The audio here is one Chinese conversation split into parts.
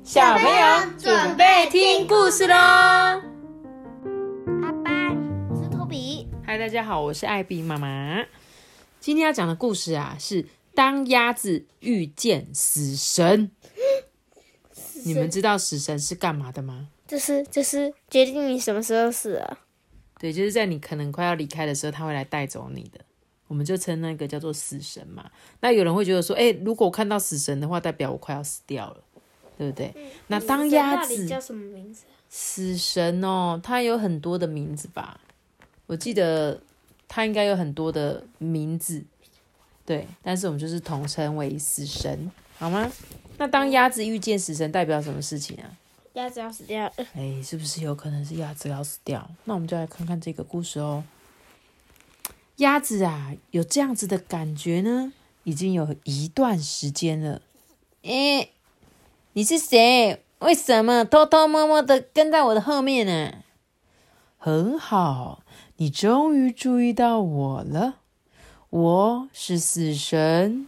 小朋友准备听故事咯。 阿班，我是托比。 嗨，大家好，我是艾比妈妈。今天要讲的故事啊，是当鸭子遇见死神。你们知道死神是干嘛的吗？ 就是决定你什么时候死了。 对，就是在你可能快要离开的时候，他会来带走你的。我们就称那个叫做死神嘛。那有人会觉得说，如果我看到死神的话，代表我快要死掉了，对不对？那当鸭子到底叫什么名字？ 死神哦，它有很多的名字吧？我记得它应该有很多的名字，对，但是我们就是统称为死神，好吗？那当鸭子遇见死神代表什么事情啊？ 鸭子要死掉了。 是不是有可能是鸭子要死掉？那我们就来看看这个故事哦。鸭子啊，有这样子的感觉呢，已经有一段时间了。你是谁？为什么偷偷摸摸的跟在我的后面呢？很好，你终于注意到我了。我是死神。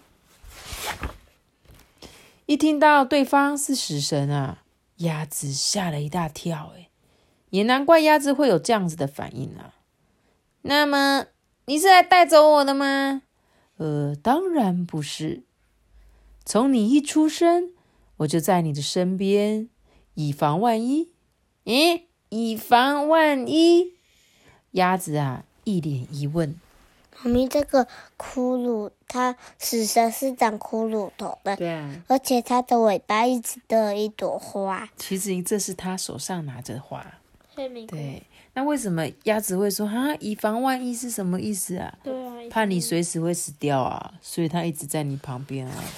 一听到对方是死神啊，鸭子吓了一大跳。也难怪鸭子会有这样子的反应啊。那么你是来带走我的吗？当然不是。从你一出生，我就在你的身边，以防万一。以防万一？鸭子啊，一脸疑问。 妈咪，这个骷髅，死神是长骷髅头的， 对啊， 而且它的尾巴一直都有一朵花。 其实这是他手上拿着花。 对， 那为什么鸭子会说以防万一是什么意思啊？ 对啊， 怕你随时会死掉啊，所以他一直在你旁边啊。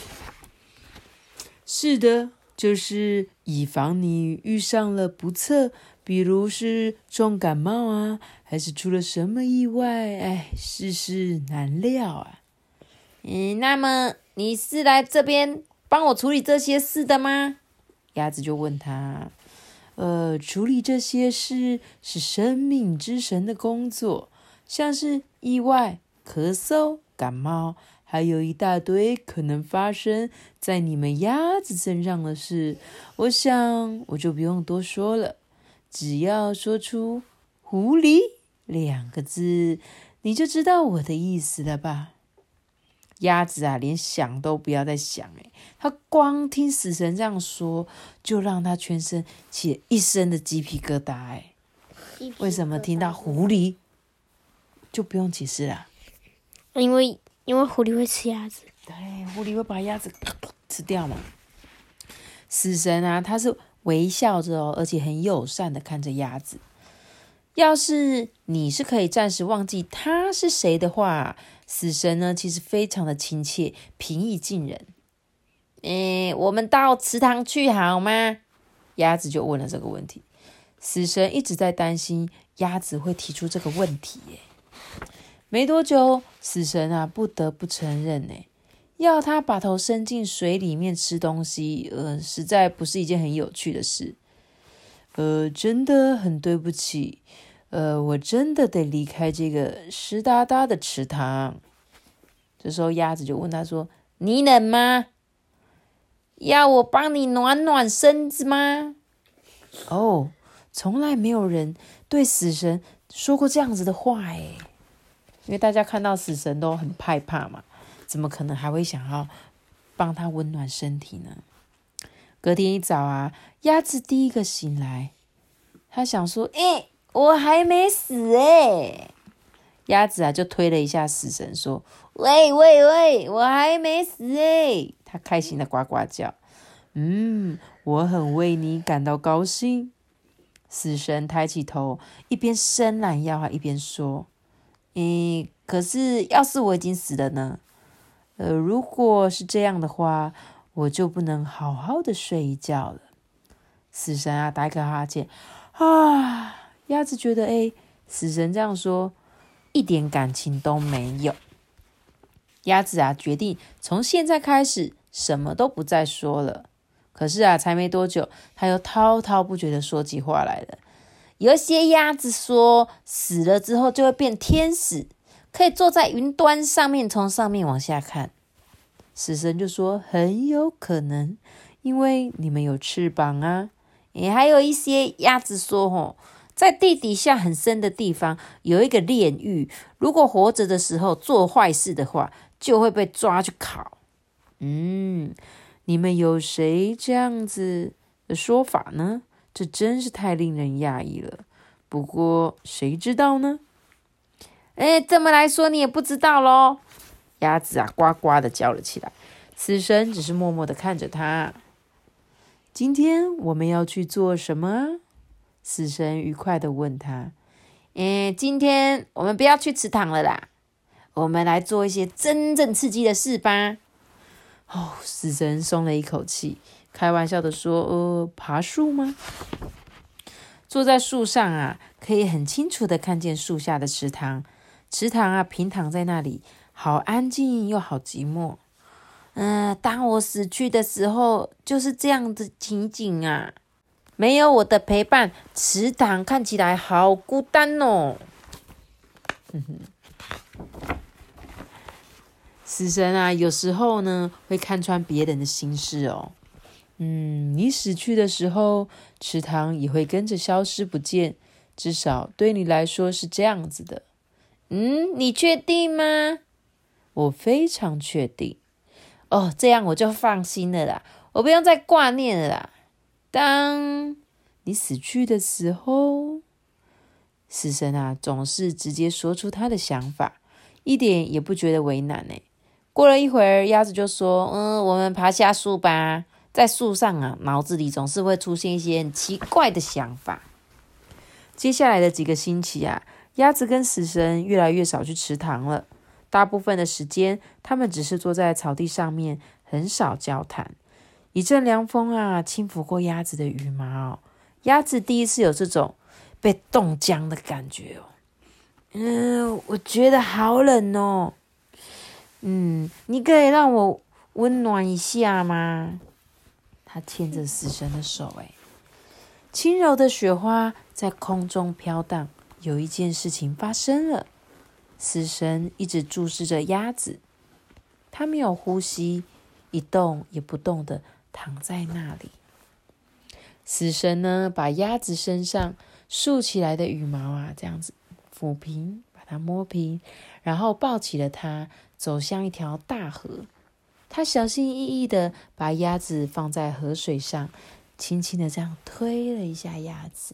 是的，就是以防你遇上了不测，比如是重感冒啊，还是出了什么意外，世事难料啊。那么你是来这边帮我处理这些事的吗？鸭子就问他。处理这些事是生命之神的工作，像是意外、咳嗽、感冒，还有一大堆可能发生在你们鸭子身上的事。我想我就不用多说了，只要说出狐狸2个字，你就知道我的意思了吧。鸭子啊，连想都不要再想，他光听死神这样说，就让他全身起了一身的鸡皮疙瘩。为什么听到狐狸就不用解释了？ 因为狐狸会吃鸭子。 对，狐狸会把鸭子吃掉嘛。死神啊，他是微笑着而且很友善的看着鸭子。要是你是可以暂时忘记他是谁的话，死神呢其实非常的亲切，平易近人。我们到池塘去好吗？鸭子就问了这个问题。死神一直在担心鸭子会提出这个问题。没多久，死神啊不得不承认，要他把头伸进水里面吃东西，实在不是一件很有趣的事。真的很对不起。我真的得离开这个湿哒哒的池塘。这时候鸭子就问他说：你冷吗？要我帮你暖暖身子吗？从来没有人对死神说过这样子的话。因为大家看到死神都很害怕嘛，怎么可能还会想要帮他温暖身体呢？隔天一早啊，鸭子第一个醒来，他想说我还没死。鸭子啊就推了一下死神说：喂，我还没死。他开心的呱呱叫。我很为你感到高兴。死神抬起头，一边伸懒腰一边说：可是要是我已经死了呢？如果是这样的话，我就不能好好的睡一觉了。死神啊打一个哈欠。鸭子觉得死神这样说一点感情都没有。鸭子啊决定从现在开始什么都不再说了。可是啊才没多久，他又滔滔不绝的说起话来了。有一些鸭子说死了之后就会变天使，可以坐在云端上面，从上面往下看。死神就说很有可能， 因为你们有翅膀啊。还有一些鸭子说在地底下很深的地方有一个炼狱，如果活着的时候做坏事的话，就会被抓去烤。你们有谁这样子的说法呢？这真是太令人讶异了。不过谁知道呢？这么来说你也不知道咯。鸭子呱呱的叫了起来。死神只是默默的看着他。今天我们要去做什么啊？死神愉快的问他。今天我们不要去池塘了啦，我们来做一些真正刺激的事吧。死神松了一口气，开玩笑的说，爬树吗？坐在树上啊，可以很清楚的看见树下的池塘。池塘啊，平躺在那里，好安静又好寂寞。当我死去的时候，就是这样的情景啊。没有我的陪伴，池塘看起来好孤单哦。死神啊，有时候呢会看穿别人的心事哦。你死去的时候，池塘也会跟着消失不见，至少对你来说是这样子的。你确定吗？我非常确定。这样我就放心了啦，我不用再挂念了啦。当你死去的时候，死神啊，总是直接说出他的想法，一点也不觉得为难呢。过了一会儿，鸭子就说：“我们爬下树吧。”在树上啊，脑子里总是会出现一些很奇怪的想法。接下来的几个星期啊，鸭子跟死神越来越少去池塘了。大部分的时间，他们只是坐在草地上面，很少交谈。一阵凉风啊，轻拂过鸭子的羽毛，鸭子第一次有这种被冻僵的感觉哦。我觉得好冷哦。你可以让我温暖一下吗？他牵着死神的手，轻柔的雪花在空中飘荡。有一件事情发生了。死神一直注视着鸭子，他没有呼吸，一动也不动的躺在那里。死神呢，把鸭子身上竖起来的羽毛啊，这样子抚平，把它摸平，然后抱起了它，走向一条大河。他小心翼翼的把鸭子放在河水上，轻轻的这样推了一下鸭子。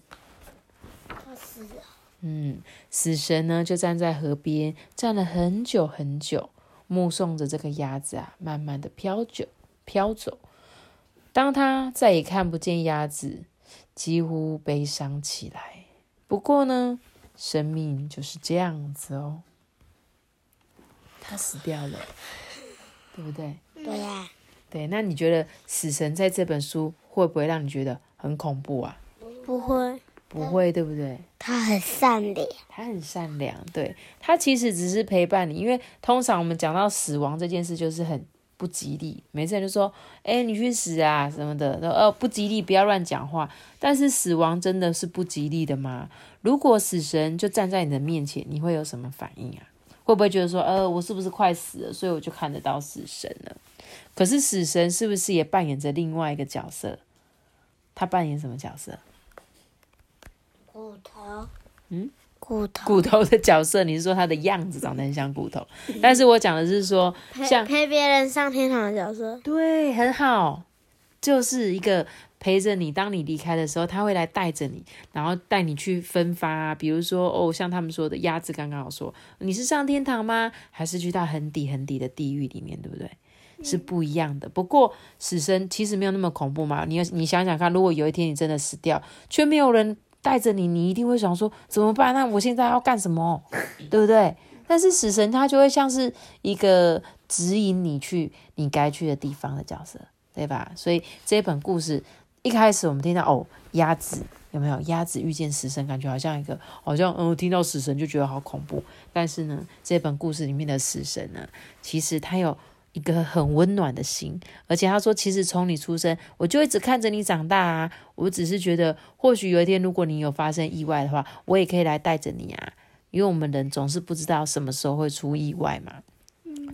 死神呢就站在河边，站了很久很久，目送着这个鸭子啊，慢慢的飘走。当他再也看不见鸭子，几乎悲伤起来。不过呢，生命就是这样子哦，他死掉了，对不对？ 对呀。 对，那你觉得死神在这本书会不会让你觉得很恐怖啊？ 不会。 不会，对不对？ 他很善良。 他很善良，对，他其实只是陪伴你，因为通常我们讲到死亡这件事就是很不吉利，每次人就说你去死啊什么的，不吉利，不要乱讲话。但是死亡真的是不吉利的吗？如果死神就站在你的面前，你会有什么反应啊？会不会觉得说我是不是快死了，所以我就看得到死神了？可是死神是不是也扮演着另外一个角色？他扮演什么角色？ 骨头。 骨头的角色，你是说他的样子长得很像骨头？但是我讲的是说，像陪别人上天堂的角色。 对，很好，就是一个陪着你，当你离开的时候，他会来带着你，然后带你去分发啊。比如说像他们说的，鸭子刚刚有说，你是上天堂吗？还是去到很底很底的地狱里面，对不对？是不一样的。不过死神其实没有那么恐怖嘛。你想想看，如果有一天你真的死掉，却没有人带着你，你一定会想说怎么办？那我现在要干什么？对不对？但是死神他就会像是一个指引你去你该去的地方的角色，对吧？所以这本故事一开始我们听到鸭子，有没有？鸭子遇见死神，感觉好像听到死神就觉得好恐怖。但是呢，这本故事里面的死神呢，其实他有一个很温暖的心，而且他说其实从你出生我就一直看着你长大啊，我只是觉得或许有一天如果你有发生意外的话，我也可以来带着你啊，因为我们人总是不知道什么时候会出意外嘛。